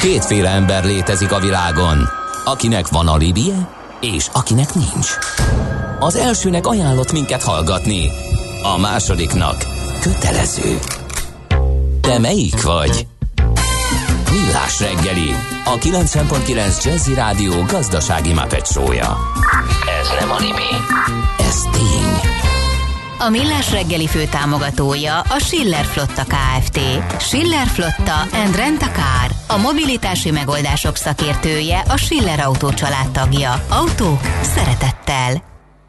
Kétféle ember létezik a világon, akinek van alibije, és akinek nincs. Az elsőnek ajánlott minket hallgatni, a másodiknak kötelező. Te melyik vagy? Millás reggeli, a 90.9 Jazzy Rádió gazdasági Muppet show-ja. Ez nem anime, ez tény. A Millás reggeli főtámogatója a Schiller Flotta Kft. Schiller Flotta and Rent a Car. A mobilitási megoldások szakértője, a Schiller Autó család tagja. Autók szeretettel.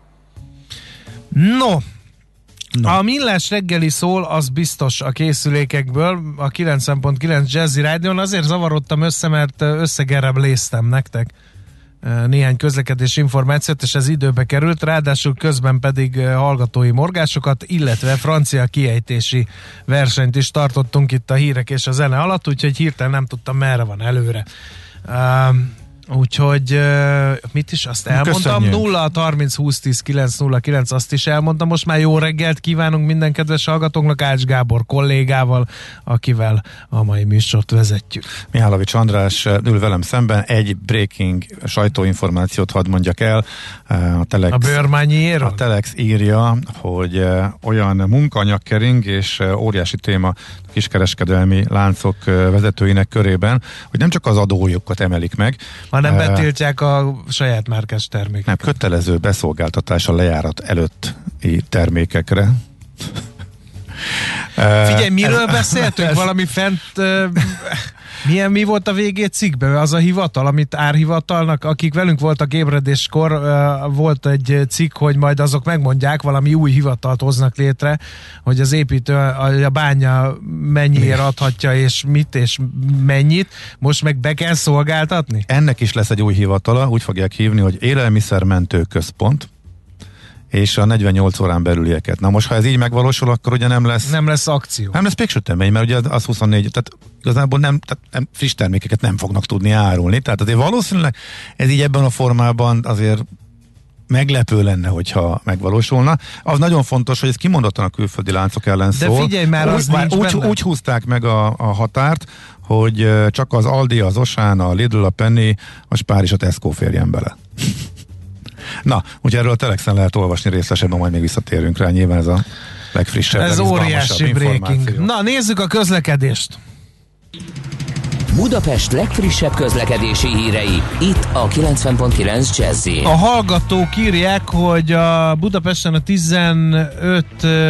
No, a Millás reggeli szól, az biztos a készülékekből, a 90.9 Jazzy Rádión. Azért zavarodtam össze, mert összegerebléztem nektek néhány közlekedési információt, és ez időbe került, ráadásul közben pedig hallgatói morgásokat, illetve francia kiejtési versenyt is tartottunk itt a hírek és a zene alatt, úgyhogy hirtelen nem tudtam, merre van előre. Úgyhogy mit is azt elmondtam? 0-30-20-10-9-09, azt is elmondtam. Most már jó reggelt kívánunk minden kedves hallgatónknak, Ács Gábor kollégával, akivel a mai műsort vezetjük. Mihálovics András ül velem szemben, egy breaking sajtóinformációt hadd mondjak el. A bőrmányiéről? A Telex írja, hogy olyan munkaanyag kering, és óriási téma kiskereskedelmi láncok vezetőinek körében, hogy nem csak az adójukat emelik meg, hanem betiltják a saját márkás termékeket. Nem, kötelező beszolgáltatás a lejárat előtti termékekre. Figyelj, miről beszéltünk? Valami fent... Mi volt a VG cikkben? Az a hivatal, amit árhivatalnak, akik velünk voltak ébredéskor, volt egy cikk, hogy majd azok megmondják, valami új hivatalt hoznak létre, hogy az építő, a bánya mennyiért adhatja, és mit, és mennyit. Most meg be kell szolgáltatni? Ennek is lesz egy új hivatala, úgy fogják hívni, hogy Élelmiszermentő Központ, és a 48 órán belülieket. Na most, ha ez így megvalósul, akkor ugye nem lesz akció. Nem lesz péksütemény, mert ugye az 24, tehát igazából nem friss termékeket nem fognak tudni árulni. Tehát azért valószínűleg ez így ebben a formában azért meglepő lenne, hogyha megvalósulna. Az nagyon fontos, hogy ez kimondottan a külföldi láncok ellen szól. De figyelj már, az úgy húzták meg a határt, hogy csak az Aldi, az Auchan, a Lidl, a Penny, a Spar és a Tesco férjen bele. Na, úgyhogy erről a Telexen lehet olvasni részletesebben, majd még visszatérünk rá, nyilván ez a legfrissebb, ez óriási breaking. Na, nézzük a közlekedést. Budapest legfrissebb közlekedési hírei, itt a 90.9 Jazzy. A hallgatók írják, hogy a Budapesten a 15.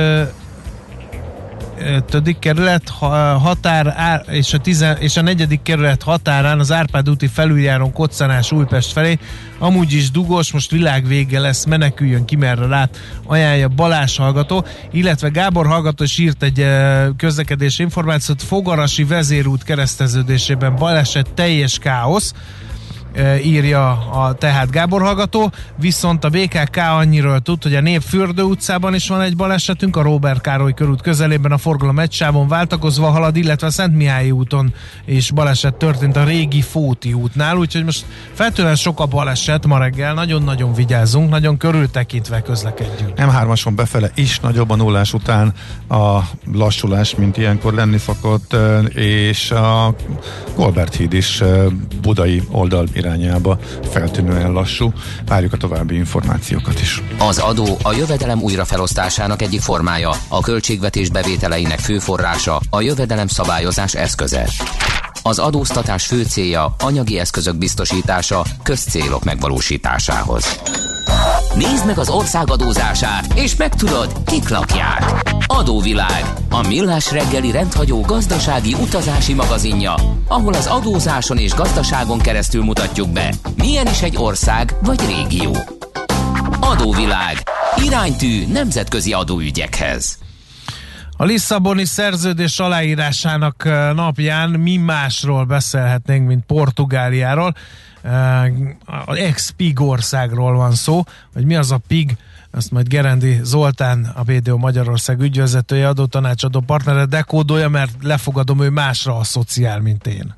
kerület határ és a 4. kerület határán az Árpád úti felüljáron Koccanás Újpest felé amúgy is dugos, most világvége lesz, meneküljön ki merre lát, ajánlja Balázs hallgató, illetve Gábor hallgató is írt egy közlekedési információt, Fogarasi vezérút kereszteződésében baleset, teljes káosz, írja tehát Gábor hallgató, viszont a BKK annyiről tud, hogy a Népfürdő utcában is van egy balesetünk, a Róbert Károly körút közelében a forgalom egy sávon váltakozva halad, illetve a Szentmihályi úton is baleset történt a régi Fóti útnál, úgyhogy most feltűnően sok a baleset ma reggel, nagyon-nagyon vigyázzunk, nagyon körültekintve közlekedjünk. M3-ason befele is nagyobb a nullás után a lassulás, mint ilyenkor lenni szokott, és a Golbert híd is budai oldal irányába feltűnően lassú. Várjuk a további információkat is. Az adó a jövedelem újrafelosztásának egyik formája, a költségvetés bevételeinek fő forrása, a jövedelem szabályozás eszköze. Az adóztatás fő célja anyagi eszközök biztosítása közcélok megvalósításához. Nézd meg az ország adózását, és megtudod, kik lakják. Adóvilág, a millás reggeli rendhagyó gazdasági utazási magazinja, ahol az adózáson és gazdaságon keresztül mutatjuk be, milyen is egy ország vagy régió. Adóvilág, iránytű nemzetközi adóügyekhez. A Lisszaboni szerződés aláírásának napján mi másról beszélhetnénk, mint Portugáliáról. Az ex-PIG országról van szó, hogy mi az a PIG, azt majd Gerendi Zoltán, a BDO Magyarország ügyvezetője, adótanácsadó partnere dekódolja, mert lefogadom, ő másra asszociál, mint én.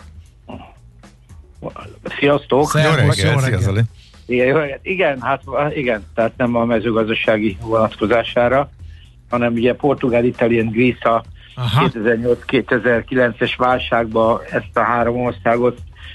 Sziasztok! Jó reggelt, Zoli! Igen, tehát nem a mezőgazdasági vonatkozására, hanem ugye Portugál, Italian, Greece 2008-2009-es válságban ezt a három országot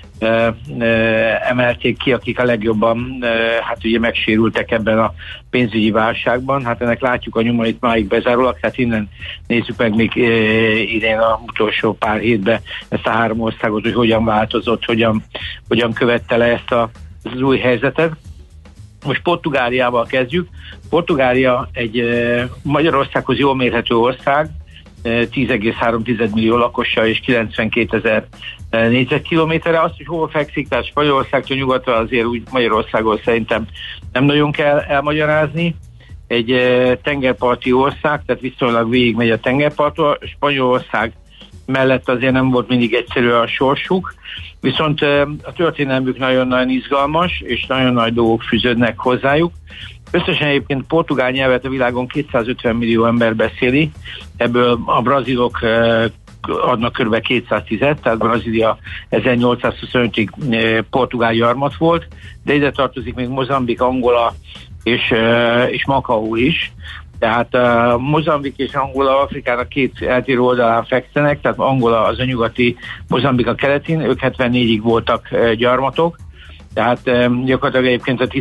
emelték ki, akik a legjobban hát ugye megsérültek ebben a pénzügyi válságban. Hát ennek látjuk a nyomait máig bezárólag, tehát innen nézzük meg még idén a utolsó pár hétben ezt a három országot, hogy hogyan változott, hogyan követte le ezt az új helyzetet. Most Portugáliával kezdjük. Portugália egy Magyarországhoz jól mérhető ország, 10,3 millió lakossal és 92 000 négyzetkilométerre. Azt, hogy hol fekszik, tehát Spanyolországtól nyugatra azért úgy Magyarországon szerintem nem nagyon kell elmagyarázni. Egy tengerparti ország, tehát viszonylag végigmegy a tengerparton. Spanyolország mellett azért nem volt mindig egyszerű a sorsuk, viszont a történelmük nagyon-nagyon izgalmas, és nagyon nagy dolgok fűződnek hozzájuk. Összesen egyébként portugál nyelvet a világon 250 millió ember beszéli, ebből a brazilok adnak kb. 210-et, tehát Brazília 1825-ig portugál gyarmat volt, de ide tartozik még Mozambik, Angola és Macau is. Tehát Mozambik és Angola Afrikának két eltérő oldalán fekszenek, tehát Angola az a nyugati, Mozambik a keletin, ők 74-ig voltak gyarmatok, tehát gyakorlatilag egyébként a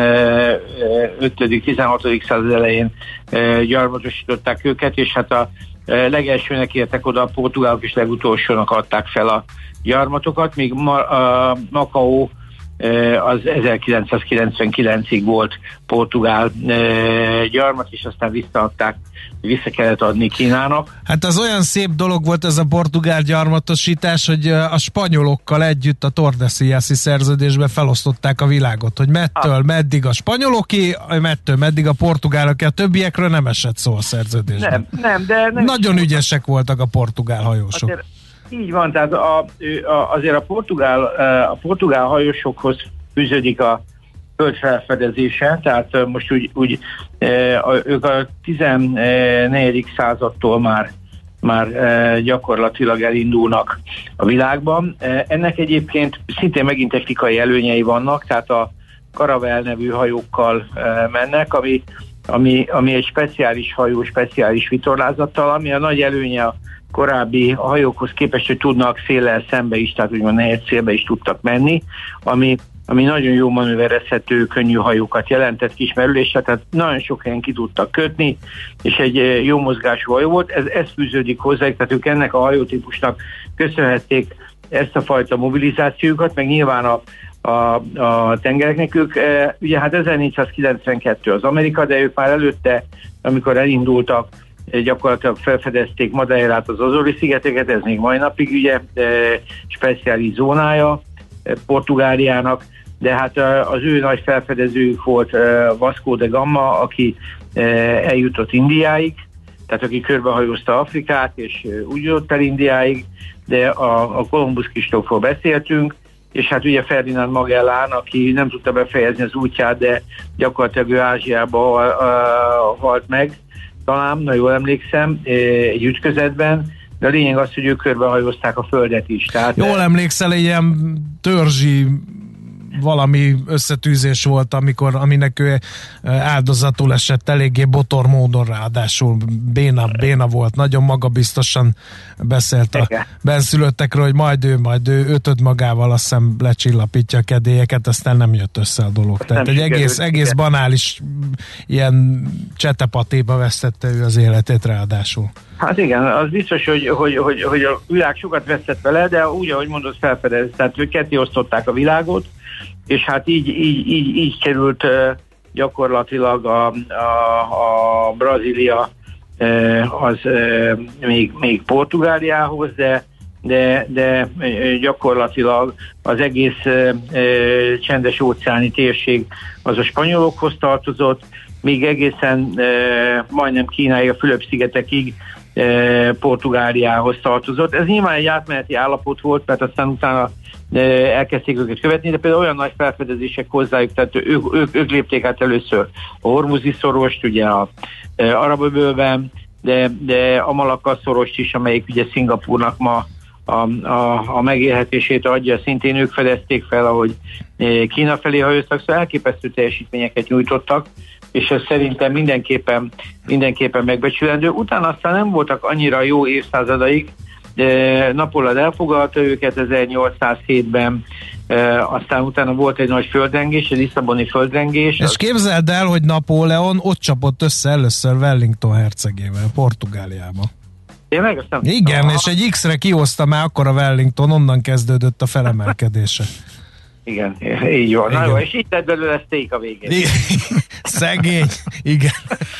15.-16. század elején gyarmatosították őket, és hát a legelsőnek értek oda a portugálok, és legutolsónak adták fel a gyarmatokat, míg Macau az 1999-ig volt portugál gyarmat, és aztán vissza kellett adni Kínának. Hát az olyan szép dolog volt ez a portugál gyarmatosítás, hogy a spanyolokkal együtt a Tordesillas-i szerződésbe felosztották a világot, hogy mettől meddig a spanyoloké, mettől meddig a portugáloké, a többiekről nem esett szó a szerződésben. Nem, nagyon ügyesek voltak a portugál hajósok. Azért, így van, tehát azért a portugál hajósokhoz fűződik a föld felfedezése, tehát most úgy ők a 14. századtól már gyakorlatilag elindulnak a világban. Ennek egyébként szintén megint technikai előnyei vannak, tehát a Caravel nevű hajókkal mennek, ami egy speciális hajó, speciális vitorlázattal, ami a nagy előnye a korábbi hajókhoz képest, hogy tudnak széllel szembe is, tehát úgymond nehéz szélbe is tudtak menni, ami nagyon jó manőverezhető, könnyű hajókat jelentett kismerülésre, tehát nagyon sok helyen ki tudtak kötni, és egy jó mozgású hajó volt. Ez fűződik hozzá, tehát ők ennek a hajótípusnak köszönhették ezt a fajta mobilizációkat, meg nyilván a tengereknek. Ők ugye hát 1492 az Amerika, de ők már előtte, amikor elindultak, gyakorlatilag felfedezték Madeirát, az Azori-szigeteket, ez még mai napig ugye speciális zónája Portugáliának, de hát az ő nagy felfedezőjük volt Vasco da Gama, aki eljutott Indiáig, tehát aki körbehajózta Afrikát, és úgy jutott el Indiáig, de a Kolumbusz Kristófról beszéltünk, és hát ugye Ferdinand Magellan, aki nem tudta befejezni az útját, de gyakorlatilag ő Ázsiába halt meg, talán, na jól emlékszem, egy ütközetben, de a lényeg az, hogy ők körbehajózták a földet is. Tehát jól emlékszel, ilyen törzsi valami összetűzés volt, aminek ő áldozatul esett eléggé botor módon, ráadásul béna volt, nagyon magabiztosan beszélt a benszülöttekről, hogy majd ő ötöd magával, azt hiszem lecsillapítja a kedélyeket, aztán nem jött össze a dolog. Tehát egy egész banális ilyen csetepatéba vesztette ő az életét ráadásul. Hát igen, az biztos, hogy a világ sokat vesztett vele, de úgy, ahogy mondod, felfedez, tehát ők ketté osztották a világot, és hát így került gyakorlatilag a Brazília az még Portugáliához, de gyakorlatilag az egész csendes óceáni térség az a spanyolokhoz tartozott, még egészen majdnem Kínáig, a Fülöp-szigetekig Portugáliához tartozott. Ez nyilván egy átmeneti állapot volt, mert aztán utána elkezdték őket követni, de például olyan nagy felfedezések hozzájuk, tehát ők lépték át először a Hormuzi szorost, ugye a Arab-öbölben, de a Malakka szorost is, amelyik ugye Szingapúrnak ma a megélhetését adja, szintén ők fedezték fel, ahogy Kína felé hajóztak, szóval elképesztő teljesítményeket nyújtottak, és ez szerintem mindenképpen megbecsülendő. Utána aztán nem voltak annyira jó évszázadaik, Napóleon elfoglalta őket 1807-ben, aztán utána volt egy nagy földrengés, egy lisszaboni földrengés. És képzeld el, hogy Napóleon ott csapott össze először Wellington hercegével, Portugáliába. Tényleg? Igen, és egy X-re kihozta már akkor a Wellington, onnan kezdődött a felemelkedése. Igen, így van. Na jó, és itt lett belőle steak a végén. Szegény, igen.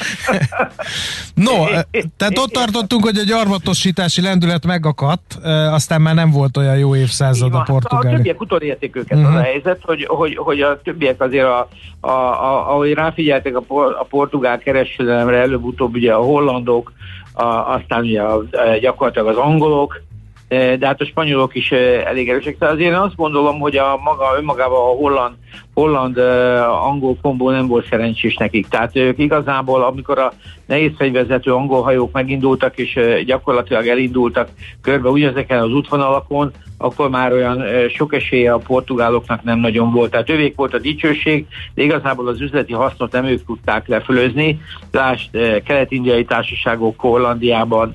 No, tehát ott tartottunk, hogy a gyarmatosítási lendület megakadt, aztán már nem volt olyan jó évszázad a Portugália. A többiek utolérték őket, az a helyzet, hogy a többiek azért, ahogy ráfigyeltek a portugál kereskedelemre, előbb-utóbb ugye a hollandok, aztán ugye gyakorlatilag az angolok, de hát a spanyolok is elég erősek. Tehát azért én azt gondolom, hogy önmagában a holland-angol kombó nem volt szerencsés nekik. Tehát ők igazából, amikor a nehézfegyverzető angol hajók megindultak, és gyakorlatilag elindultak körbe ugyanezeken az útvonalakon, akkor már olyan sok esélye a portugáloknak nem nagyon volt. Tehát ővék volt a dicsőség, de igazából az üzleti hasznot nem ők tudták lefölözni. Lásd, kelet-indiai társaságok Hollandiában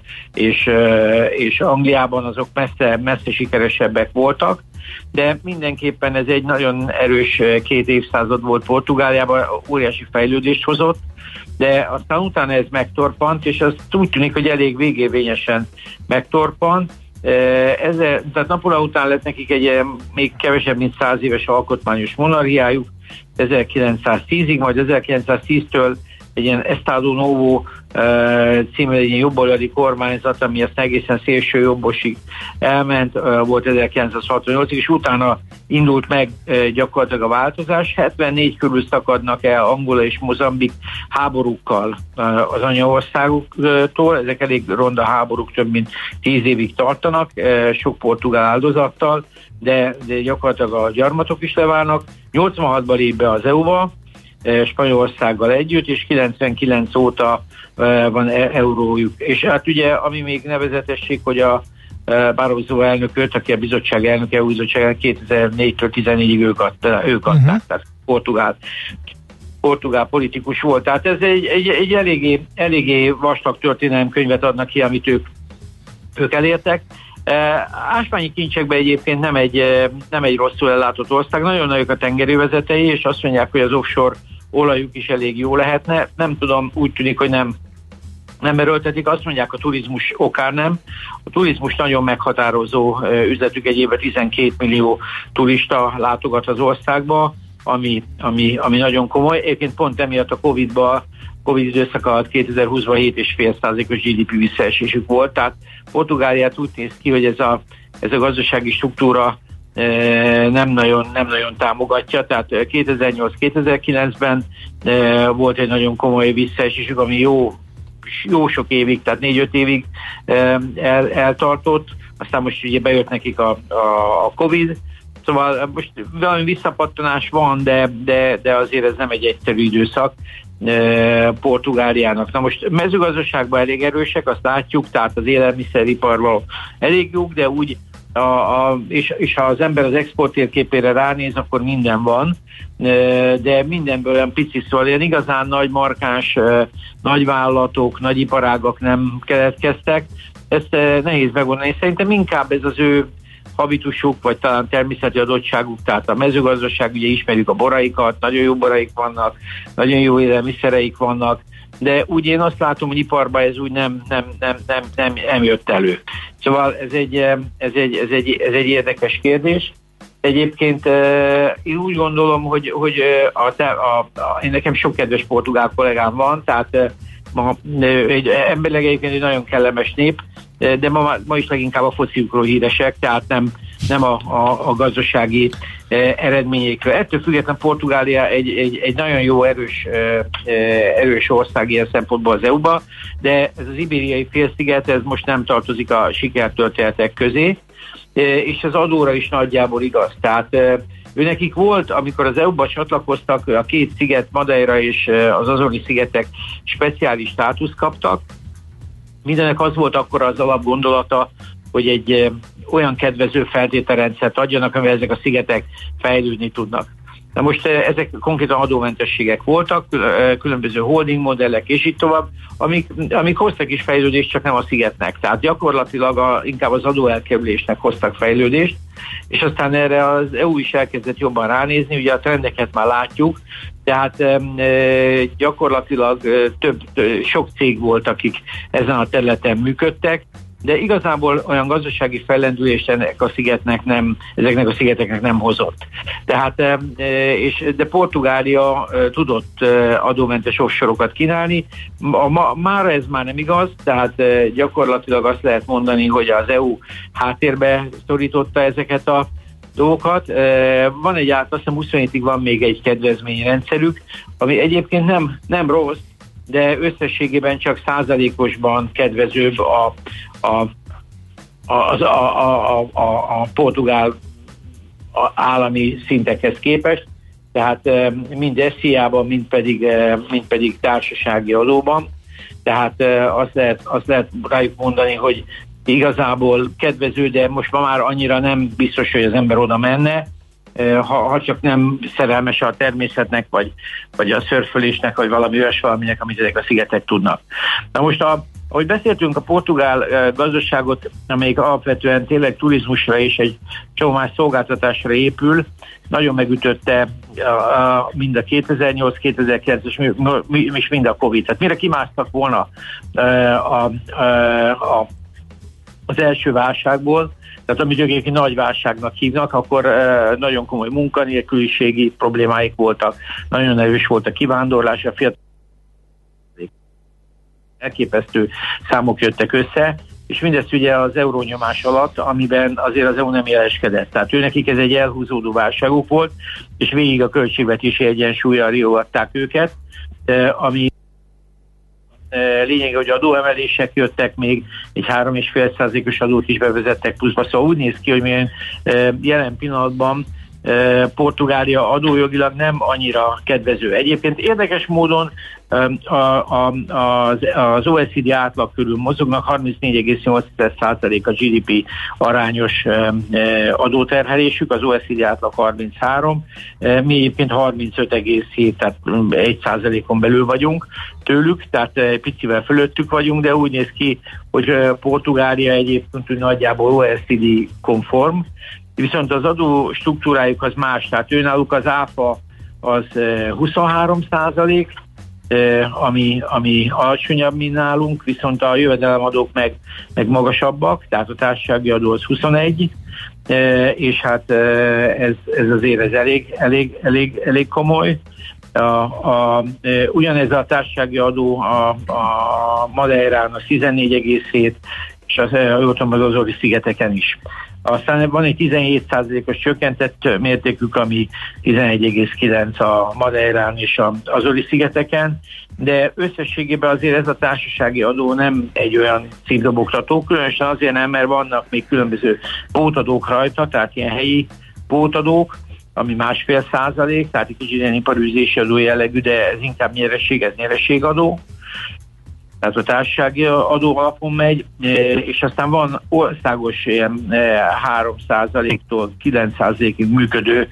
és Angliában azok messze sikeresebbek voltak, de mindenképpen ez egy nagyon erős 2 évszázad volt Portugáliában, óriási fejlődést hozott, de aztán utána ez megtorpant, és az úgy tűnik, hogy elég végérvényesen megtorpant. Tehát Napóleon után lett nekik egy még kevesebb, mint 100 éves alkotmányos monarchiájuk 1910-ig, majd 1910-től egy ilyen Estado Novo című egy ilyen jobboldali kormányzat, ami azt egészen szélső jobbosig elment, volt 1968-ig, és utána indult meg gyakorlatilag a változás. 74 körül szakadnak el Angola és Mozambik háborúkkal az anyaországuktól, ezek elég ronda háborúk, több mint 10 évig tartanak, sok portugál áldozattal, de gyakorlatilag a gyarmatok is leválnak. 86-ban lép be az EU-ba, Spanyolországgal együtt, és 99 óta van eurójuk. És hát ugye, ami még nevezetesség, hogy a Barroso elnököt, aki a bizottság elnöke, EU bizottság 2004-től 14-ig ők adták, tehát portugál politikus volt. Tehát ez egy eléggé vastag történelemkönyvet adnak ki, amit ők elértek. Ásványi kincsekben egyébként nem egy rosszul ellátott ország, nagyon nagyok a tengerővezetei, és azt mondják, hogy az offshore olajuk is elég jó lehetne. Nem tudom, úgy tűnik, hogy nem erőltetik, azt mondják, a turizmus okán nem. A turizmus nagyon meghatározó üzletük, egy évben 12 millió turista látogat az országba, ami nagyon komoly. Egyébként pont emiatt a Covid időszak alatt 2020-ban 7,5%-os GDP visszaesésük volt, tehát Portugáliát úgy néz ki, hogy ez a gazdasági struktúra nem nagyon támogatja, tehát 2008-2009-ben volt egy nagyon komoly visszaesésük, ami jó sok évig, tehát 4-5 évig eltartott, aztán most ugye bejött nekik a Covid, szóval most valami visszapattanás van, de azért ez nem egy egyszerű időszak Portugáliának. Na most mezőgazdaságban elég erősek, azt látjuk, tehát az élelmiszeriparban elég jók, de úgy és ha az ember az export térképére ránéz, akkor minden van, de mindenből olyan pici, szóval ilyen igazán nagy markáns nagyvállalatok, nagyiparágak nem keletkeztek. Ezt nehéz megmondani. Szerintem inkább ez az ő habitusuk, vagy talán természeti adottságuk, tehát a mezőgazdaság, ugye ismerjük a boraikat, nagyon jó boraik vannak, nagyon jó élelmiszereik vannak, de úgy én azt látom, hogy iparban ez úgy nem jött elő. Szóval ez egy érdekes kérdés. Egyébként én úgy gondolom, hogy én nekem sok kedves portugál kollégám van, tehát emberleg egyébként egy nagyon kellemes nép, de ma is leginkább a fociukról híresek, tehát nem a gazdasági eredményekről. Ettől függetlenül Portugália egy nagyon jó, erős ország ilyen szempontból az EU-ba, de ez az ibériai félsziget, ez most nem tartozik a sikertörténetek közé, és az adóra is nagyjából igaz. Tehát őnekik volt, amikor az EU-ba csatlakoztak, a 2 sziget, Madeira és az Azori szigetek speciális státuszt kaptak. Mindenek az volt akkor az alapgondolata, hogy egy olyan kedvező feltételrendszert adjanak, amivel ezek a szigetek fejlődni tudnak. Na most ezek konkrétan adómentességek voltak, különböző holding modellek és így tovább, amik hoztak is fejlődést, csak nem a szigetnek. Tehát gyakorlatilag inkább az adóelkerülésnek hoztak fejlődést, és aztán erre az EU is elkezdett jobban ránézni, ugye a trendeket már látjuk, tehát gyakorlatilag sok cég volt, akik ezen a területen működtek, de igazából olyan gazdasági fellendülést ezeknek a szigeteknek nem hozott. Tehát, de Portugália tudott adómentes offshore-okat kínálni. Mára ez már nem igaz, tehát gyakorlatilag azt lehet mondani, hogy az EU háttérbe szorította ezeket a dolgokat. Van egy azt hiszem 27-ig van még egy kedvezményrendszerük, ami egyébként nem rossz, de összességében csak százalékosban kedvezőbb a portugál állami szintekhez képest, tehát mind SZIA-ban, mind pedig társasági adóban. Tehát azt lehet rájuk mondani, hogy igazából kedvező, de most már annyira nem biztos, hogy az ember oda menne, ha csak nem szerelmes a természetnek, vagy a szörfölésnek, vagy valami valaminek, amit ezek a szigetek tudnak. Na most, ahogy beszéltünk, a portugál gazdaságot, amelyik alapvetően tényleg turizmusra és egy csomó más szolgáltatásra épül, nagyon megütötte mind a 2008-2009 és mind a Covid. Tehát mire kimásztak volna az első válságból, tehát amit egyébként nagy válságnak hívnak, akkor nagyon komoly munkanélküliségi problémáik voltak, nagyon erős volt a kivándorlás, a fiatal elképesztő számok jöttek össze, és mindezt ugye az eurónyomás alatt, amiben azért az EU nem jeleskedett. Tehát őnekik ez egy elhúzódó válságuk volt, és végig a költségvetési egyensúlyra riogatták őket, ami lényeg, hogy adóemelések jöttek még, egy 3,5%-os adót is bevezettek pluszba, szóval úgy néz ki, hogy milyen jelen pillanatban Portugália adójogilag nem annyira kedvező. Egyébként érdekes módon az OECD átlag körül mozognak, 34,8% a GDP arányos adóterhelésük, az OECD átlag 33, mi egyébként 35,7, tehát 1%-on belül vagyunk tőlük, tehát picivel fölöttük vagyunk, de úgy néz ki, hogy Portugália egyébként nagyjából OECD konform, viszont az adó struktúrájuk az más, tehát őnáluk az áfa az 23%, ami alacsonyabb, mint nálunk, viszont a jövedelemadók meg magasabbak, tehát a társasági adó az 21, és hát ez azért elég komoly. Ugyanez a társasági adó a Madeirán az 14,7, és az Azori szigeteken is. Aztán van egy 17%-os csökkentett mértékük, ami 11,9 a Madeirán és az Azori-szigeteken, de összességében azért ez a társasági adó nem egy olyan szívdobogtató, különösen azért nem, mert vannak még különböző pótadók rajta, tehát ilyen helyi pótadók, ami 1,5%, tehát egy kicsit ilyen iparűzési adó jellegű, de ez inkább nyereségadó. Tehát a társasági adó alapon megy, és aztán van országos ilyen 3%-tól 9%-ig működő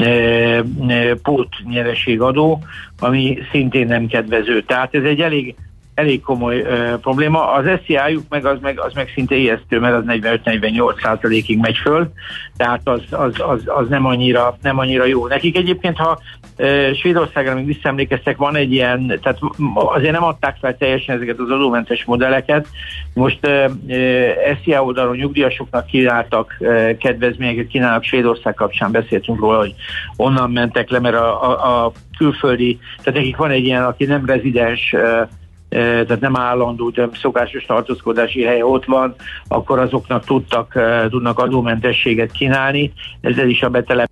pótnyereségadó, ami szintén nem kedvező. Tehát ez egy elég komoly probléma. Az SZIA-juk az meg szinte ijesztő, mert az 45-48%-ig megy föl, tehát az nem annyira jó. Nekik egyébként, ha Svédországra még visszaemlékeztek, van egy ilyen, tehát azért nem adták fel teljesen ezeket az adómentes modelleket. Most SZIA oldalon nyugdíjasoknak kínáltak kedvezményeket, kínálnak Svédország kapcsán, beszéltünk róla, hogy onnan mentek le, mert a külföldi, tehát nekik van egy ilyen, aki nem rezidens, tehát nem állandó, de szokásos tartózkodási helye ott van, akkor azoknak tudnak adómentességet kínálni, ezzel is a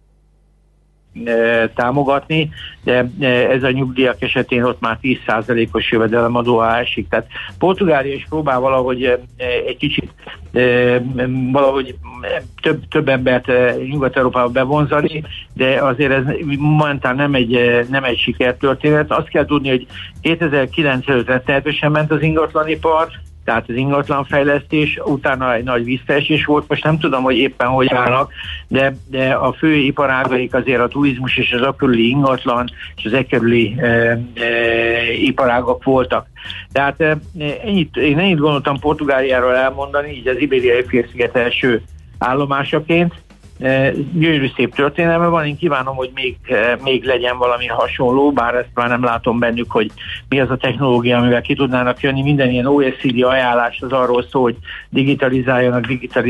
támogatni, de ez a nyugdíjak esetén ott már 10%-os jövedelemadó esik. Tehát Portugália is próbál valahogy egy kicsit valahogy több embert Nyugat-Európába bevonzani, de azért ez momentán nem egy sikertörténet. Azt kell tudni, hogy 2009 előtt rettenetesen ment az ingatlanipar, tehát az ingatlanfejlesztés, utána egy nagy visszaesés volt, most nem tudom, hogy éppen hogy állnak, de a fő iparágaik azért a turizmus és az a körüli ingatlan és az körüli iparágak voltak. Tehát én ennyit gondoltam Portugáliáról elmondani, így az Ibériai-félsziget első állomásaként. Gyönyörű szép történelme van, én kívánom, hogy még legyen valami hasonló, bár ezt már nem látom bennük, hogy mi az a technológia, amivel ki tudnának jönni. Minden ilyen OECD ajánlás az arról szól, hogy digitalizáljanak.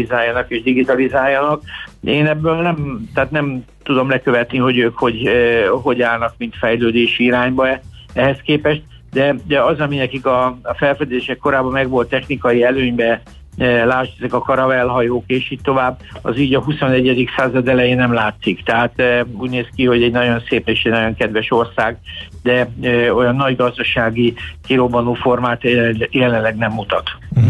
Én ebből nem tudom lekövetni, hogy ők hogy állnak, mint fejlődési irányba ehhez képest, de az, ami nekik a felfedezések korában meg volt technikai előnybe, lásd, ezek a karavelhajók és így tovább, az így a 21. század elején nem látszik. Tehát úgy néz ki, hogy egy nagyon szép és egy nagyon kedves ország, de olyan nagy gazdasági kirobbanó formát jelenleg nem mutat. Uh-huh.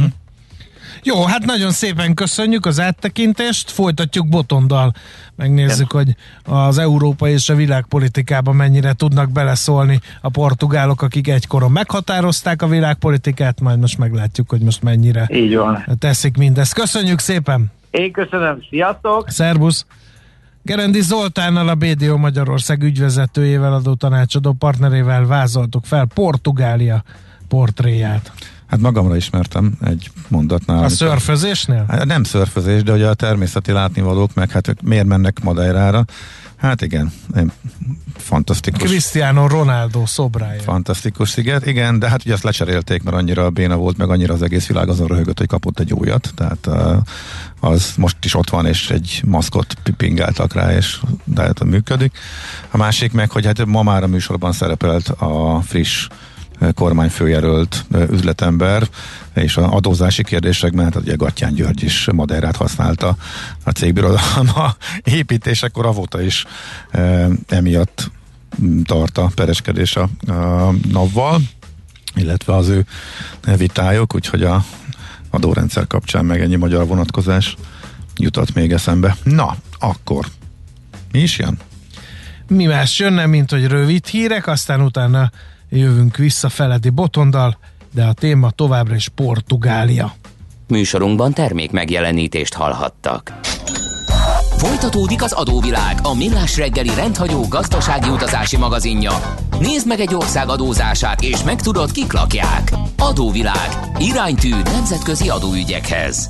Jó, hát nagyon szépen köszönjük az áttekintést, folytatjuk Botondal. Megnézzük, hogy az Európa és a világpolitikában mennyire tudnak beleszólni a portugálok, akik egykoron meghatározták a világpolitikát, majd most meglátjuk, hogy most mennyire így van. Teszik mindezt. Köszönjük szépen! Én köszönöm, sziasztok! Szerbusz! Gerendi Zoltánnal, a BDO Magyarország ügyvezetőjével, adó tanácsadó partnerével vázoltuk fel Portugália portréját. Hát magamra ismertem egy mondatnál. A szörfözésnél? Hát nem szörfözés, de ugye a természeti látnivalók, meg hát ők miért mennek Madeirára? Hát igen, fantasztikus. Cristiano Ronaldo szobrája. Fantasztikus sziget, igen, de hát ugye azt lecserélték, mert annyira béna volt, meg annyira az egész világ azon röhögött, hogy kapott egy újat, tehát az most is ott van, és egy maszkot pipingáltak rá, és de hát működik. A másik meg, hogy hát ma már a műsorban szerepelt a friss kormányfőjelölt üzletember, és az adózási kérdésekben, hát ugye Gattyán György is Madeirát használta a cégbirodalma építésekor, avóta is emiatt tart a pereskedés a NAV-val, illetve az ő vitájuk, úgyhogy a adórendszer kapcsán meg ennyi magyar vonatkozás jutott még eszembe. Na, akkor mi is jön? Mi más jönne, mint hogy rövid hírek, aztán utána jövünk vissza Feledi Botondal, de a téma továbbra is Portugália. Műsorunkban termék megjelenítést hallhattak. Folytatódik az adóvilág, a Millás reggeli rendhagyó gazdasági utazási magazinja. Nézd meg egy ország adózását, és megtudod, kik lakják. Adóvilág. Iránytű nemzetközi adóügyekhez.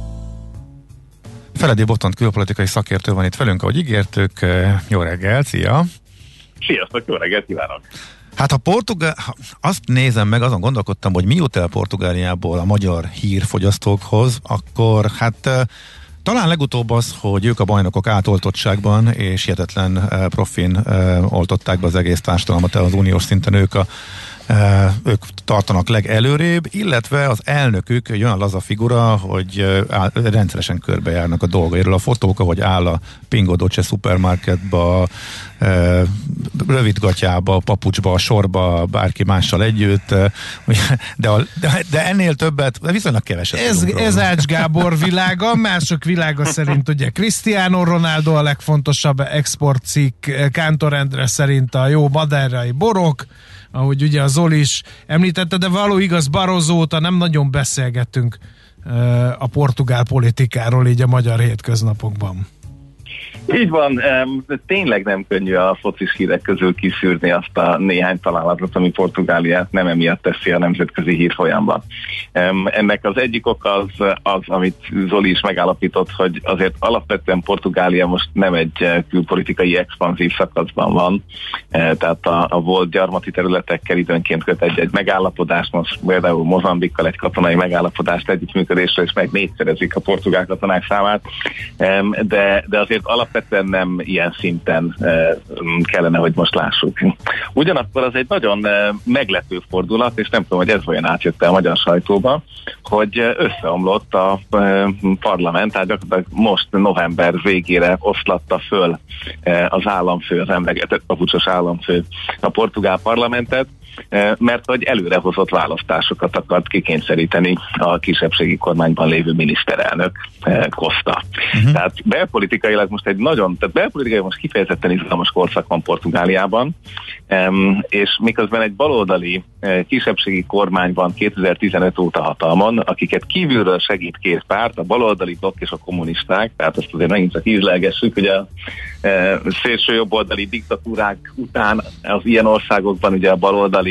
Feledi Botond külpolitikai szakértő van itt velünk, ahogy ígértük. Jó reggel, szia! Sziasztok, jó reggelt kívánok! Hát azt nézem meg, azon gondolkodtam, hogy mi jut el Portugáliából a magyar hírfogyasztókhoz, akkor hát talán legutóbb az, hogy ők a bajnokok átoltottságban és hihetetlen profin oltották be az egész társadalmat, az uniós szinten ők tartanak legelőrébb, illetve az elnökük egy olyan laza figura, hogy rendszeresen körbejárnak a dolgairól. A fotók, ahogy áll a Pingo Doce szupermarketba, rövidgatyába, papucsba, sorba, bárki mással együtt, de ennél többet, viszonylag keveset. Ez Ács Gábor világa, mások világa szerint ugye Cristiano Ronaldo a legfontosabb exportcikk, Kántor Endre szerint a jó madeirai borok, ahogy ugye a Zoli is említette, de való igaz, Barroso óta nem nagyon beszélgettünk a portugál politikáról így a magyar hétköznapokban. Így van, tényleg nem könnyű a focis hírek közül kiszűrni azt a néhány találatot, ami Portugáliát nem emiatt teszi a nemzetközi hírfolyamban. Ennek az egyik ok az, amit Zoli is megállapított, hogy azért alapvetően Portugália most nem egy külpolitikai expanzív szakaszban van, tehát a volt gyarmati területekkel időnként köt egy megállapodást, most például Mozambikkal egy katonai megállapodást együttműködésre, és meg négyszerezik a portugál katonák számát, de azért alapvetően nem ilyen szinten kellene, hogy most lássuk. Ugyanakkor az egy nagyon meglepő fordulat, és nem tudom, hogy ez vajon átjött el a magyar sajtóba, hogy összeomlott a parlament, tehát gyakorlatilag most november végére oszlatta föl az államfő, az papucsos államfő a portugál parlamentet, mert hogy előrehozott választásokat akart kikényszeríteni a kisebbségi kormányban lévő miniszterelnök, Costa. Tehát belpolitikailag most kifejezetten izgalmas korszak van Portugáliában, és miközben egy baloldali kisebbségi kormány van 2015 óta hatalmon, akiket kívülről segít két párt, a baloldali blokk és a kommunisták, tehát ezt azért megint csak ízlelgessük, hogy a szélső jobboldali diktatúrák után az ilyen országokban ugye a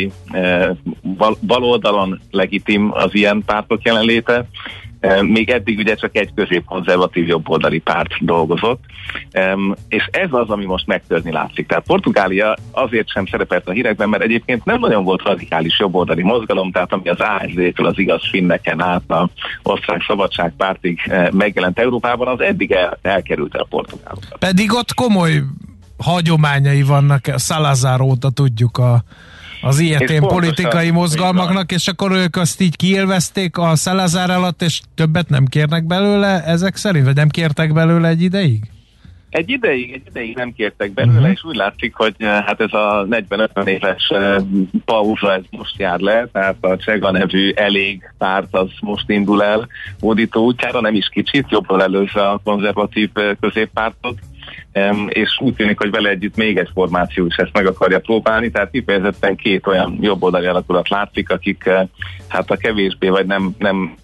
baloldalon legitim az ilyen pártok jelenléte. Még eddig ugye csak egy középkonzervatív jobboldali párt dolgozott, és ez az, ami most megtörni látszik. Tehát Portugália azért sem szerepelt a hírekben, mert egyébként nem nagyon volt radikális jobboldali mozgalom, tehát ami az AfD-től az igaz finneken át a osztrák szabadságpártig megjelent Európában, az eddig elkerült el Portugálokat. Pedig ott komoly hagyományai vannak, Salazar óta tudjuk az ilyetén politikai mozgalmaknak, és akkor ők azt így kiélvezték a Salazar alatt, és többet nem kérnek belőle ezek szerint, vagy nem kértek belőle egy ideig? Egy ideig nem kértek belőle, és úgy látszik, hogy hát ez a 40-50 éves pauza, ez most jár le, tehát a Csega nevű elég párt az most indul el hódító útjára, nem is kicsit, jobban előzve a konzervatív középpártot, és úgy tűnik, hogy vele együtt még egy formáció is ezt meg akarja próbálni, tehát kifejezetten két olyan jobboldali alakulat látszik, akik hát a kevésbé, vagy nem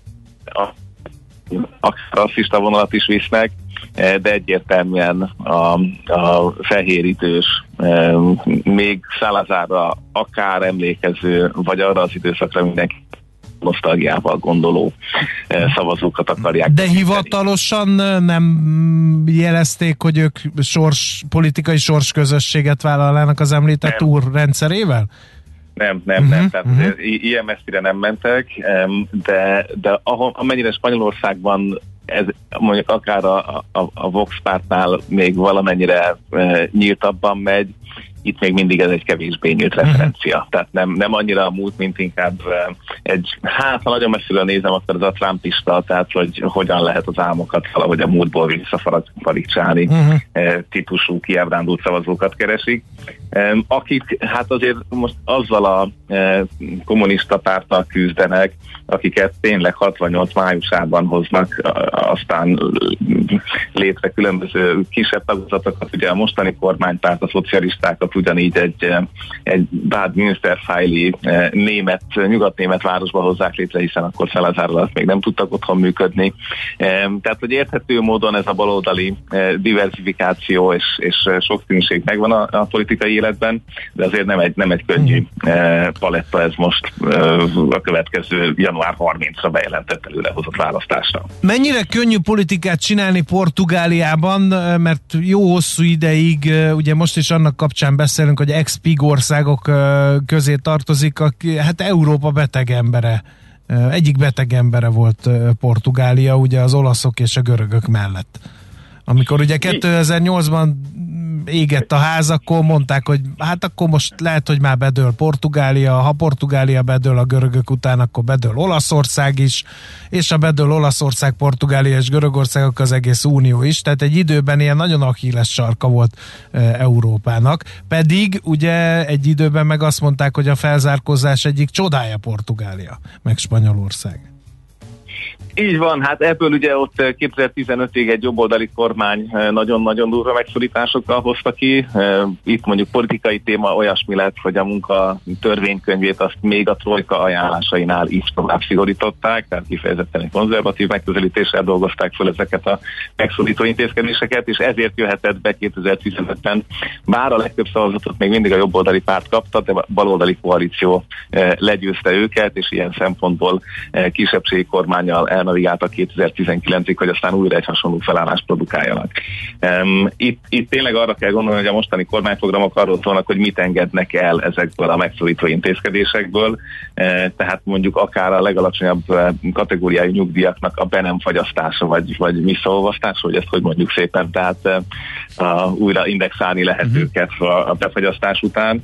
a rasszista vonalat is visznek, de egyértelműen a fehér idős, még Salazarra akár emlékező, vagy arra az időszakra mindenki nosztalgiával gondoló szavazókat akarják. De hivatalosan nem jelezték, hogy ők politikai sorsközösséget vállalnának az említett úr rendszerével? Nem. Tehát ilyen messzire nem mentek, de amennyire Spanyolországban ez mondjuk akár a Vox pártnál még valamennyire nyíltabban megy, itt még mindig ez egy kevésbé nyílt referencia. Tehát nem annyira a múlt, mint inkább ha nagyon messziről nézem, akkor az a trumpista, tehát hogy hogyan lehet az álmokat valahogy a múltból visszafarigcsálni típusú kiábrándult szavazókat keresik. Akik hát azért most azzal a kommunista párttal küzdenek, akiket tényleg 68 májusában hoznak aztán létre különböző kisebb tagozatokat, ugye a mostani kormánypárt, a szocialistákat ugyanígy egy Bad Münsterfeili nyugatnémet városba hozzák létre, hiszen akkor Salazar alatt még nem tudtak otthon működni. Tehát, hogy érthető módon ez a baloldali diversifikáció és sokszínűség megvan a politikai életben, de azért nem egy könnyű paletta ez most a következő január 30-ra bejelentett előrehozott választásra. Mennyire könnyű politikát csinálni Portugáliában, mert jó hosszú ideig, ugye most is annak kapcsán beszélünk, hogy ex-pig országok közé tartozik, hát Európa beteg embere. Egyik beteg embere volt Portugália, ugye az olaszok és a görögök mellett. Amikor ugye 2008-ban égett a ház, akkor mondták, hogy hát akkor most lehet, hogy már bedől Portugália, ha Portugália bedől a görögök után, akkor bedől Olaszország is, és ha bedől Olaszország, Portugália és Görögország, akkor az egész unió is, tehát egy időben ilyen nagyon achilles sarka volt Európának, pedig ugye egy időben meg azt mondták, hogy a felzárkózás egyik csodája Portugália, meg Spanyolország. Így van, hát ebből ugye ott 2015-ig egy jobboldali kormány nagyon-nagyon durva megszorításokkal hozta ki. Itt mondjuk politikai téma olyasmi lett, hogy a munka törvénykönyvét azt még a trojka ajánlásainál is tovább szigorították, tehát kifejezetten egy konzervatív megközelítéssel dolgozták fel ezeket a megszorító intézkedéseket, és ezért jöhetett be 2015-ben. Bár a legtöbb szavazatot még mindig a jobboldali párt kapta, de a baloldali koalíció legyőzte őket, és ilyen szempontból kisebbségi kormánnyal elnavigáltak 2019-ig, hogy aztán újra egy hasonló felállást produkáljanak. Itt tényleg arra kell gondolni, hogy a mostani kormányprogramok arról szólnak, hogy mit engednek el ezekből a megszorító intézkedésekből, tehát mondjuk akár a legalacsonyabb kategóriájú nyugdíjaknak a be nem fagyasztása, vagy visszaolvasztása, hogy ezt hogy mondjuk szépen, tehát újra indexálni lehet őket a befagyasztás után.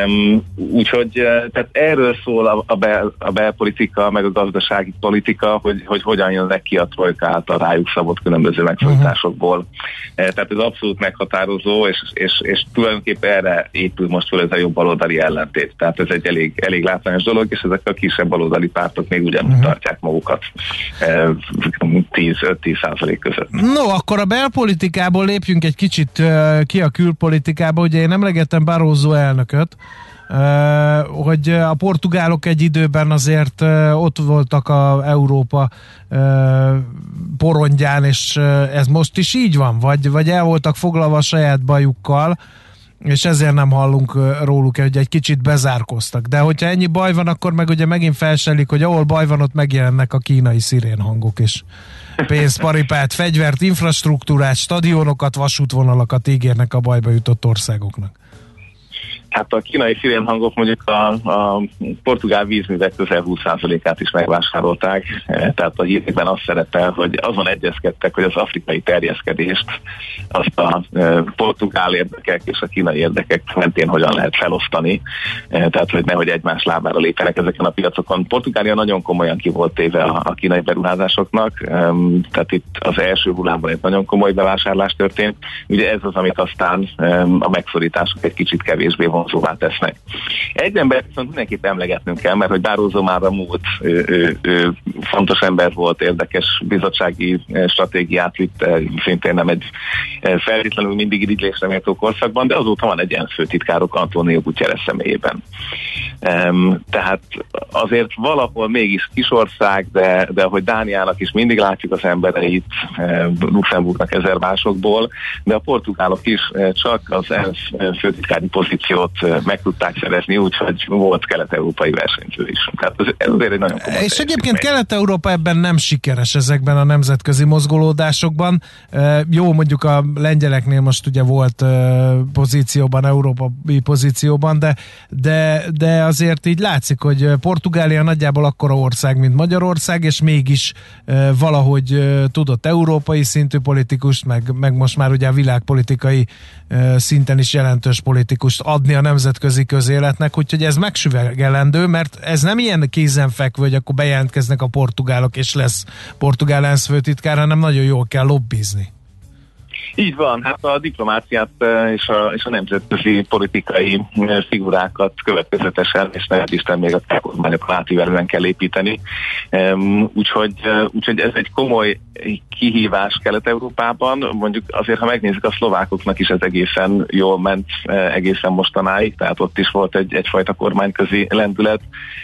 Úgyhogy tehát erről szól a belpolitika, meg a gazdasági politika, hogy hogyan jönnek ki a trojka által rájuk szabott különböző megszorításokból. Tehát ez abszolút meghatározó, és tulajdonképpen erre épül most fel ez a jobb baloldali ellentét. Tehát ez egy elég látványos dolog, és ezek a kisebb baloldali pártok még ugyanúgy tartják magukat 10-5-10% között. No, akkor a belpolitikából lépjünk egy kicsit ki a külpolitikába. Ugye én emlegettem Barroso elnököt, hogy a portugálok egy időben azért ott voltak a Európa porondján, és ez most is így van? Vagy el voltak foglalva a saját bajukkal, és ezért nem hallunk róluk, hogy egy kicsit bezárkoztak. De hogyha ennyi baj van, akkor meg ugye megint felselik, hogy ahol baj van, ott megjelennek a kínai szirénhangok is. Pénzt, paripát, fegyvert, infrastruktúrát, stadionokat, vasútvonalakat ígérnek a bajba jutott országoknak. Hát a kínai szirénhangok mondjuk a portugál vízművek közel 20%-át is megvásárolták, tehát a hírekben az szerepel, hogy azon egyezkedtek, hogy az afrikai terjeszkedést azt a portugál érdekek és a kínai érdekek mentén hogyan lehet felosztani, tehát hogy nehogy egymás lábára lépjenek ezeken a piacokon. Portugália nagyon komolyan ki volt téve a kínai beruházásoknak, tehát itt az első hullámban egy nagyon komoly bevásárlás történt. Ugye ez az, amit aztán a megszorítások egy kicsit kevésbé vonzóvá tesznek. Egy embert viszont mindenképp emlegetnünk kell, mert hogy Barroso már a múlt ő fontos ember volt, érdekes bizottsági stratégiát vitt, szintén nem egy feltétlenül mindig irigylésre méltó korszakban, de azóta van egy ENSZ főtitkárok António Guterres személyében. Tehát azért valahol mégis kisország, de hogy Dániának is mindig látjuk az embereit, Luxemburgnak ezer másokból, de a portugálok is csak az ENSZ főtitkári pozíciót meg tudták szerezni, úgyhogy volt kelet-európai versenyző is. Tehát ez azért egy nagyon komoly. És egyébként Kelet-Európa ebben nem sikeres ezekben a nemzetközi mozgolódásokban. Jó, mondjuk a lengyeleknél most ugye volt pozícióban, európai pozícióban, de azért így látszik, hogy Portugália nagyjából akkora ország, mint Magyarország, és mégis valahogy tudott európai szintű politikust, meg most már ugye a világpolitikai szinten is jelentős politikust adni a nemzetközi közéletnek, úgyhogy ez megsüvegelendő, mert ez nem ilyen kézenfekvő, hogy akkor bejelentkeznek a portugálok, és lesz portugál ENSZ főtitkár, hanem nagyon jól kell lobbizni. Így van, hát a diplomáciát és a nemzetközi politikai figurákat következetesen, és ne Isten még a kormányokon átívelően kell építeni. Úgyhogy ez egy komoly kihívás Kelet-Európában. Mondjuk azért, ha megnézzük, a szlovákoknak is ez egészen jól ment egészen mostanáig, tehát ott is volt egyfajta kormányközi lendület.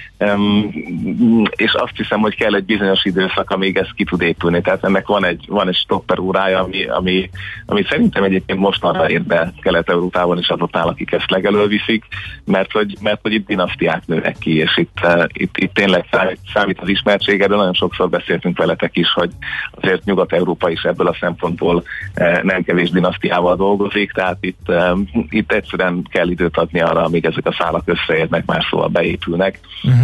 És azt hiszem, hogy kell egy bizonyos időszak, amíg ez ki tud épülni. Tehát ennek van egy stopper órája, ami szerintem egyébként mostanra ér be Kelet-Európában is azoknál, akik ezt legelől viszik, mert hogy itt dinasztiák nőnek ki, és itt tényleg számít az ismertség. Erről nagyon sokszor beszéltünk veletek is, hogy azért Nyugat-Európa is ebből a szempontból nem kevés dinasztiával dolgozik, tehát itt egyszerűen kell időt adni arra, amíg ezek a szálak összeérnek, más szóval beépülnek.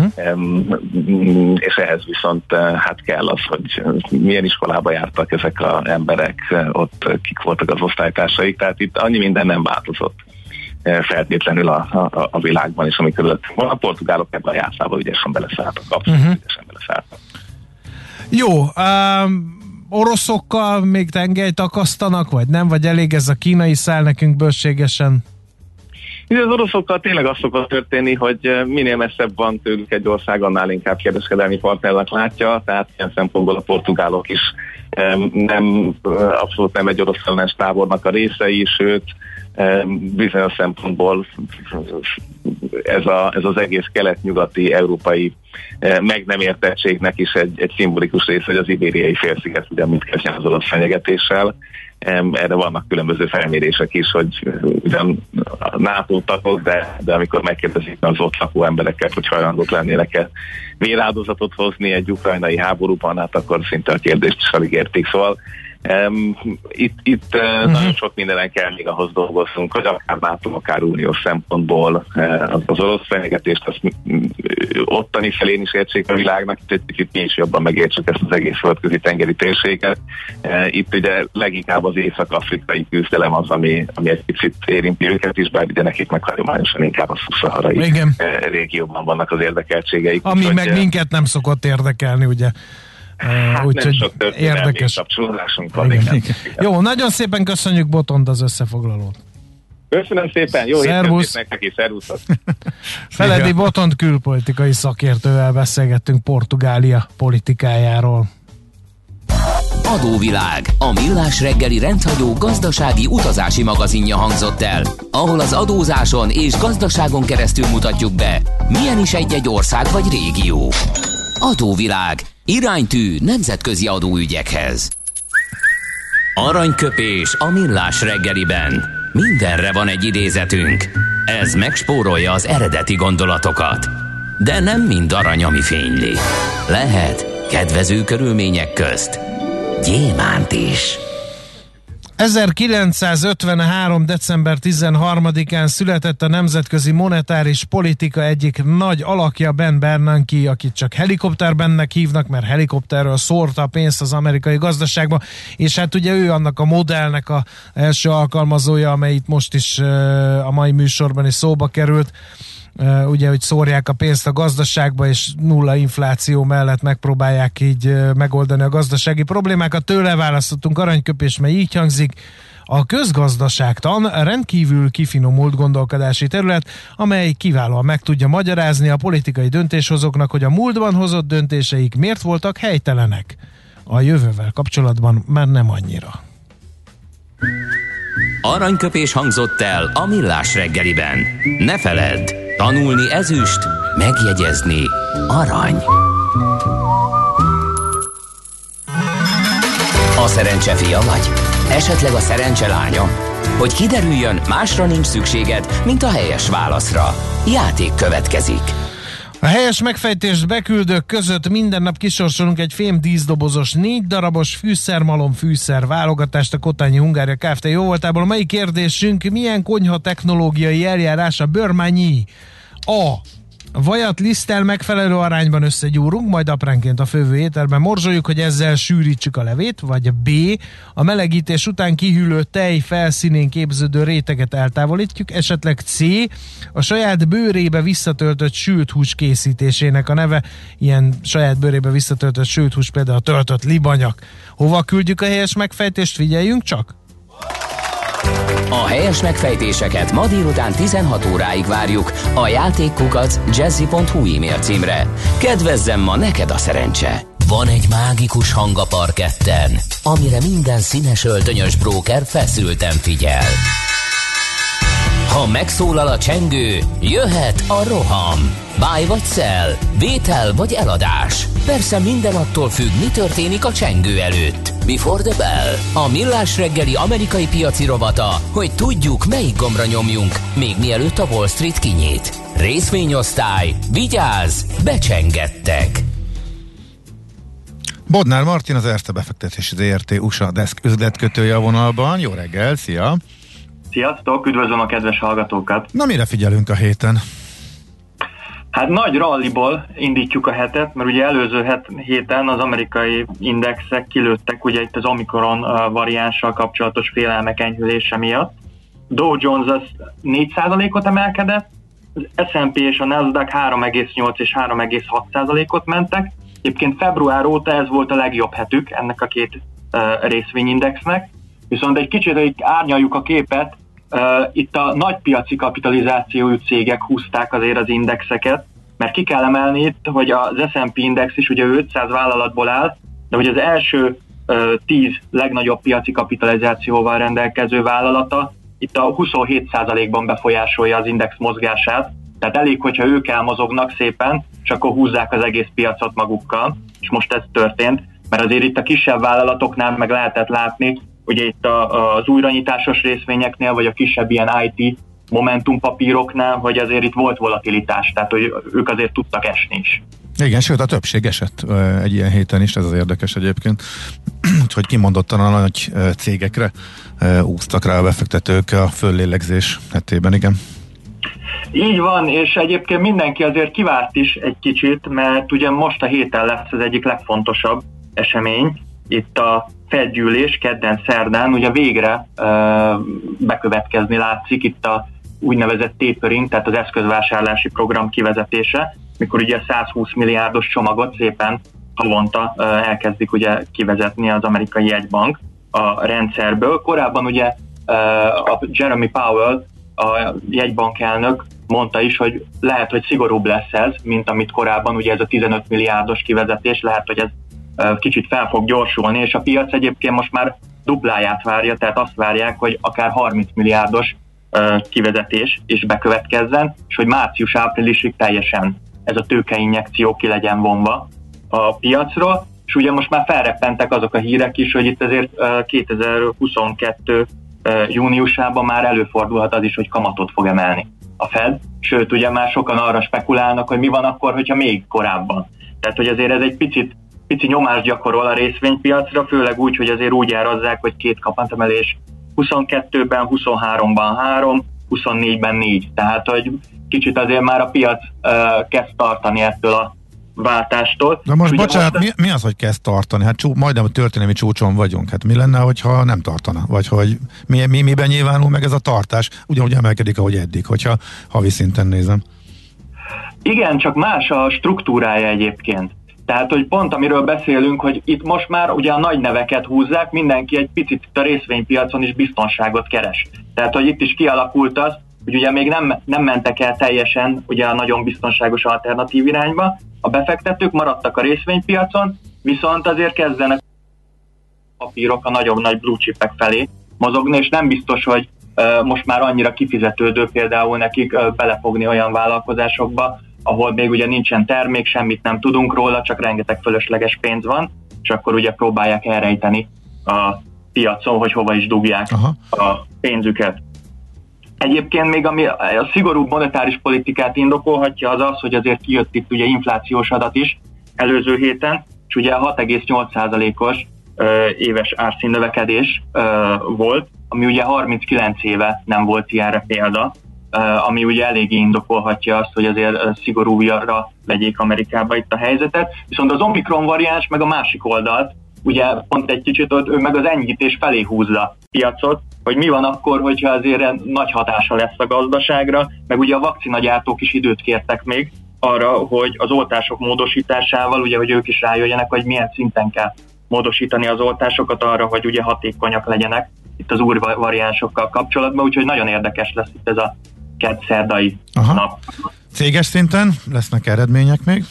És ehhez viszont hát kell az, hogy milyen iskolába jártak ezek az emberek, ott kik voltak az osztálytársaik, tehát itt annyi minden nem változott feltétlenül a világban is, ami körülött van. A portugálok ebben a játszába ügyesen beleszálltak, abszolút ügyesen beleszálltak. Jó, oroszokkal még tengelyt akasztanak, vagy nem, vagy elég ez a kínai szál nekünk bőségesen? Az oroszokkal tényleg az szokott történni, hogy minél messzebb van tőlük egy ország, annál inkább kereskedelmi partnernek látja, tehát ilyen szempontból a portugálok is abszolút nem egy orosz ellenes tábornak a részei, sőt bizonyos szempontból ez az egész kelet-nyugati európai meg nem értettségnek is egy szimbolikus része, hogy az ibériai félsziget ugyan mit kezdjen az orosz fenyegetéssel. Erre vannak különböző felmérések is, hogy ugyan NATO tagok, de amikor megkérdezik az ott lakó embereket, hogy hajlandók lennének-e véráldozatot hozni egy ukrajnai háborúban, hát akkor szinte a kérdést is alig érték. Szóval itt nagyon sok mindenen kell még ahhoz dolgoznunk, hogy akár NATO, akár uniós szempontból az orosz fenyegetést azt ottani felén is értsék a világnak, itt egy picit mi is jobban megértsük ezt az egész földközi tengeri térséget. Itt ugye leginkább az észak-afrikai küzdelem az, ami egy picit érinti őket is, bár ugye nekik meg hagyományosan inkább a szubszaharai régióban vannak az érdekeltségeik. Ami meg minket nem szokott érdekelni, ugye? Úgyhogy sok érdekes kapcsolódásunk van. Igen. Jó, nagyon szépen köszönjük Botond az összefoglalót. Köszönöm szépen, jó hétköznét nektek is, szervusztok! Feledi Botond külpolitikai szakértővel beszélgettünk Portugália politikájáról. Adóvilág, a millás reggeli rendhagyó gazdasági utazási magazinja hangzott el, ahol az adózáson és gazdaságon keresztül mutatjuk be, milyen is egy-egy ország vagy régió. Adóvilág, iránytű nemzetközi adóügyekhez. Aranyköpés a millás reggeliben. Mindenre van egy idézetünk. Ez megspórolja az eredeti gondolatokat. De nem mind arany, ami fényli. Lehet kedvező körülmények közt gyémánt is. 1953. december 13-án született a nemzetközi monetáris politika egyik nagy alakja, Ben Bernanke, akit csak helikopterbennek hívnak, mert helikopterről szórta a pénzt az amerikai gazdaságba, és hát ugye ő annak a modellnek az első alkalmazója, amely itt most is a mai műsorban is szóba került. Ugye, hogy szórják a pénzt a gazdaságba, és nulla infláció mellett megpróbálják így megoldani a gazdasági problémákat. Tőle választottunk aranyköpés, mely így hangzik: a közgazdaságtan rendkívül kifinomult gondolkodási terület, amely kiválóan meg tudja magyarázni a politikai döntéshozóknak, hogy a múltban hozott döntéseik miért voltak helytelenek. A jövővel kapcsolatban már nem annyira. Aranyköpés hangzott el a millás reggeliben. Ne feledd, tanulni ezüst, megjegyezni arany. A szerencse fia vagy? Esetleg a szerencse lánya? Hogy kiderüljön, másra nincs szükséged, mint a helyes válaszra. Játék következik. A helyes megfejtést beküldők között minden nap kisorsolunk egy fém díszdobozos 4 darabos fűszermalom fűszer válogatást a Kotányi Hungária Kft. Jóvoltából. A mai kérdésünk: milyen konyha technológiai eljárás a bőrmányi? A. Vajat liszttel megfelelő arányban összegyúrunk, majd apránként a fővő ételben morzsoljuk, hogy ezzel sűrítsük a levét, vagy B. A melegítés után kihűlő tej felszínén képződő réteget eltávolítjuk, esetleg C. A saját bőrébe visszatöltött sült hús készítésének a neve. Ilyen saját bőrébe visszatöltött sült hús például a töltött libanyak. Hova küldjük a helyes megfejtést? Figyeljünk csak! A helyes megfejtéseket ma délután 16 óráig várjuk a játékkukac@jazzy.hu e-mail címre. Kedvezzem ma neked a szerencse! Van egy mágikus hang a parketten, amire minden színes öltönyös bróker feszülten figyel. Ha megszólal a csengő, jöhet a roham. Buy vagy sell, vétel vagy eladás. Persze minden attól függ, mi történik a csengő előtt. Before the bell, a millás reggeli amerikai piaci rovata, hogy tudjuk, melyik gombra nyomjunk, még mielőtt a Wall Street kinyit. Részvényosztály, vigyázz, becsengettek! Bodnár Martin, az Erste befektetési ZRT USA Desk üzletkötője a vonalban. Jó reggel, szia! Sziasztok, üdvözlöm a kedves hallgatókat! Na, mire figyelünk a héten? Hát nagy ralliból indítjuk a hetet, mert ugye előző héten az amerikai indexek kilőttek ugye itt az Omikron variánssal kapcsolatos félelmek enyhülése miatt. Dow Jones az 4%-ot emelkedett, az S&P és a Nasdaq 3,8 és 3,6%-ot mentek. Egyébként február óta ez volt a legjobb hetük ennek a két részvényindexnek. Viszont egy kicsit, hogy árnyaljuk a képet, itt a nagy piaci kapitalizációjú cégek húzták azért az indexeket, mert ki kell emelni itt, hogy az S&P index is ugye 500 vállalatból áll, de hogy az első 10 legnagyobb piaci kapitalizációval rendelkező vállalata itt a 27%-ban befolyásolja az index mozgását, tehát elég, hogyha ők elmozognak szépen, és akkor húzzák az egész piacot magukkal, és most ez történt, mert azért itt a kisebb vállalatoknál meg lehetett látni, ugye itt az újranyitásos részvényeknél, vagy a kisebb ilyen IT momentumpapíroknál, hogy azért itt volt volatilitás, tehát hogy ők azért tudtak esni is. Igen, sőt a többség esett egy ilyen héten is, ez az érdekes egyébként, hogy kimondottan a nagy cégekre úsztak rá a befektetők a föllélegzés hetében, igen. Így van, és egyébként mindenki azért kivárt is egy kicsit, mert ugye most a héten lesz az egyik legfontosabb esemény, itt a Fed-gyűlés kedden szerdán ugye végre bekövetkezni látszik itt a úgynevezett tapering, tehát az eszközvásárlási program kivezetése, mikor ugye 120 milliárdos csomagot szépen havonta elkezdik ugye kivezetni az amerikai jegybank a rendszerből. Korábban ugye a Jeremy Powell, a jegybank elnök mondta is, hogy lehet, hogy szigorúbb lesz ez, mint amit korábban, ugye ez a 15 milliárdos kivezetés, lehet, hogy ez kicsit fel fog gyorsulni, és a piac egyébként most már dupláját várja, tehát azt várják, hogy akár 30 milliárdos kivezetés is bekövetkezzen, és hogy március-áprilisig teljesen ez a tőkeinjekció ki legyen vonva a piacról, és ugye most már felreppentek azok a hírek is, hogy itt azért 2022 júniusában már előfordulhat az is, hogy kamatot fog emelni a Fed, sőt ugye már sokan arra spekulálnak, hogy mi van akkor, hogyha még korábban. Tehát, hogy azért ez egy pici nyomást gyakorol a részvénypiacra, főleg úgy, hogy azért úgy árazzák, hogy 2 kamatemelés 22-ben, 23-ban 3, 24-ben 4. Tehát, hogy kicsit azért már a piac kezd tartani ettől a váltástól. De most bocsánat, mi az, hogy kezd tartani? Hát majdnem a történelmi csúcson vagyunk. Hát mi lenne, hogyha nem tartana? Vagy hogy miben nyilvánul meg ez a tartás? Ugyanúgy emelkedik, ahogy eddig, hogyha havi szinten nézem. Igen, csak más a struktúrája egyébként. Tehát, hogy pont amiről beszélünk, hogy itt most már ugye a nagy neveket húzzák, mindenki egy picit a részvénypiacon is biztonságot keres. Tehát, hogy itt is kialakult az, hogy ugye még nem mentek el teljesen ugye a nagyon biztonságos alternatív irányba, a befektetők maradtak a részvénypiacon, viszont azért kezdenek a papírok a nagyobb nagy blue chipek felé mozogni, és nem biztos, hogy most már annyira kifizetődő például nekik belefogni olyan vállalkozásokba, ahol még ugye nincsen termék, semmit nem tudunk róla, csak rengeteg fölösleges pénz van, és akkor ugye próbálják elrejteni a piacon, hogy hova is dugják a pénzüket. Egyébként még ami a szigorú monetáris politikát indokolhatja az az, hogy azért kijött itt ugye inflációs adat is előző héten, és ugye 6,8%-os éves árszínnövekedés volt, ami ugye 39 éve nem volt ilyenre példa, ami ugye eléggé indokolhatja azt, hogy azért szigorúra vegyék Amerikába itt a helyzetet. Viszont az Omikron variáns meg a másik oldalt, ugye pont egy kicsit ő meg az enyhítés felé húzza a piacot, hogy mi van akkor, hogyha azért nagy hatása lesz a gazdaságra, meg ugye a vakcinagyártók is időt kértek még arra, hogy az oltások módosításával, ugye, hogy ők is rájöjjenek, hogy milyen szinten kell módosítani az oltásokat arra, hogy ugye hatékonyak legyenek itt az új variánsokkal kapcsolatban, úgyhogy nagyon érdekes lesz itt ez a kedd-szerdai nap. Céges szinten lesznek eredmények még?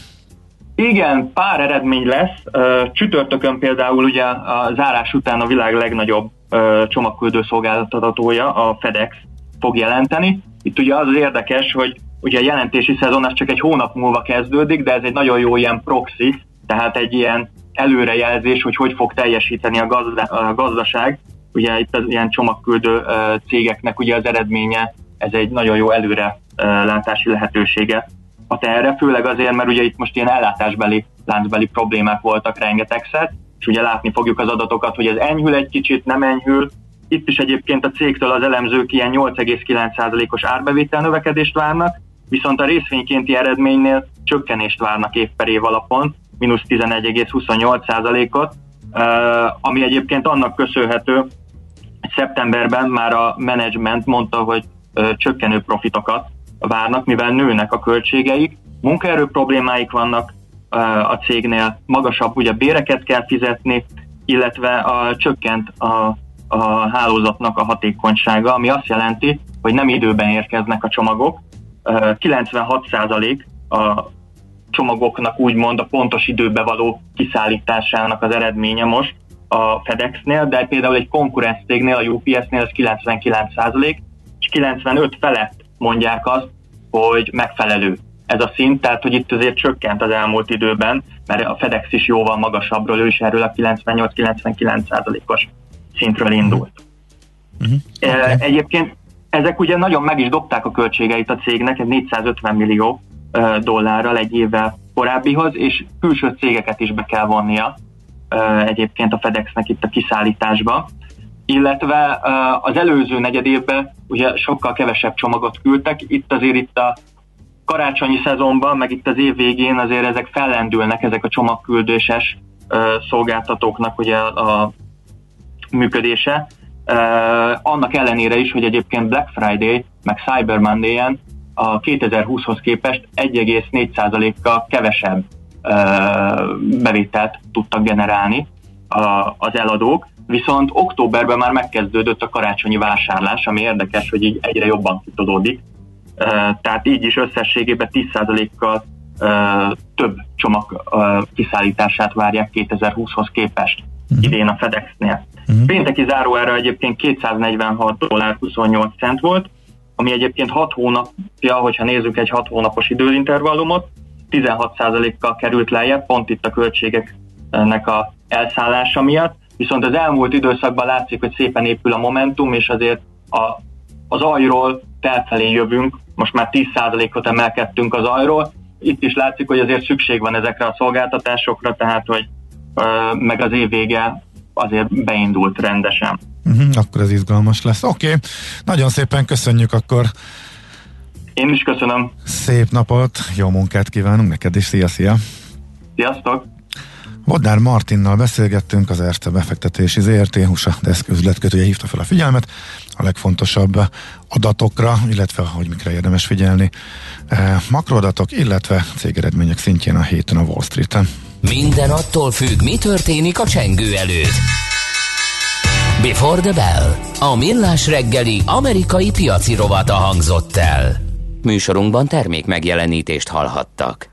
Igen, pár eredmény lesz. Csütörtökön például ugye a zárás után a világ legnagyobb csomagküldő szolgáltatója, a FedEx fog jelenteni. Itt ugye az érdekes, hogy ugye a jelentési szezon az csak egy hónap múlva kezdődik, de ez egy nagyon jó ilyen proxy, tehát egy ilyen előrejelzés, hogy fog teljesíteni a gazdaság. Ugye itt az ilyen csomagküldő cégeknek ugye az eredménye, ez egy nagyon jó előrelátási lehetősége ad erre, főleg azért, mert ugye itt most ilyen ellátásbeli, láncbeli problémák voltak rengetegszer, és ugye látni fogjuk az adatokat, hogy ez enyhül egy kicsit, nem enyhül. Itt is egyébként a cégtől az elemzők ilyen 8,9%-os árbevétel növekedést várnak, viszont a részvénykénti eredménynél csökkenést várnak év per év alapon, mínusz 11,28%-ot, ami egyébként annak köszönhető, hogy szeptemberben már a menedzsment mondta, hogy csökkenő profitokat várnak, mivel nőnek a költségeik, munkaerő problémáik vannak a cégnél, magasabb ugye béreket kell fizetni, illetve csökkent a hálózatnak a hatékonysága, ami azt jelenti, hogy nem időben érkeznek a csomagok. 96% a csomagoknak úgymond a pontos időbe való kiszállításának az eredménye most a FedExnél, de például egy konkurens cégnél, a UPS-nél ez 99%, és 95 felett mondják azt, hogy megfelelő ez a szint, tehát hogy itt azért csökkent az elmúlt időben, mert a FedEx is jóval magasabbról, ő is erről a 98-99%-os szintről indult. Okay. Egyébként ezek ugye nagyon meg is dobták a költségeit a cégnek, ez 450 millió dollárral egy évvel korábbihoz, és külső cégeket is be kell vonnia egyébként a FedExnek itt a kiszállításba, illetve az előző negyedévben ugye sokkal kevesebb csomagot küldtek, itt a karácsonyi szezonban, meg itt az év végén azért ezek fellendülnek, ezek a csomagküldéses szolgáltatóknak ugye a működése. Annak ellenére is, hogy egyébként Black Friday, meg Cyber Monday-en a 2020-hoz képest 1,4%-kal kevesebb bevételt tudtak generálni az eladók, viszont októberben már megkezdődött a karácsonyi vásárlás, ami érdekes, hogy így egyre jobban kitolódik. Tehát így is összességében 10%-kal több csomag kiszállítását várják 2020-hoz képest idén a FedExnél. Pénteki záróára egyébként $246.28 volt, ami egyébként 6 hónapja, hogyha nézzük egy 6 hónapos időintervallumot, 16%-kal került lejjebb, pont itt a költségeknek a elszállása miatt, viszont az elmúlt időszakban látszik, hogy szépen épül a momentum, és azért az aljról felfelé jövünk, most már 10%-ot emelkedtünk az aljról, itt is látszik, hogy azért szükség van ezekre a szolgáltatásokra, tehát hogy meg az év vége azért beindult rendesen. Akkor ez izgalmas lesz. Oké. Nagyon szépen köszönjük akkor. Én is köszönöm. Szép napot, jó munkát kívánunk neked is. Szia! Sziasztok! Bodnár Martinnal beszélgettünk, az Erste befektetési ZRT USA Desk üzletkötője hívta fel a figyelmet a legfontosabb adatokra, illetve hogy mikre érdemes figyelni. Makroadatok, illetve cégeredmények szintjén a héten a Wall Street-en. Minden attól függ, mi történik a csengő előtt. Before the Bell. A Millás reggeli amerikai piaci rovata hangzott el. Műsorunkban termék megjelenítést hallhattak.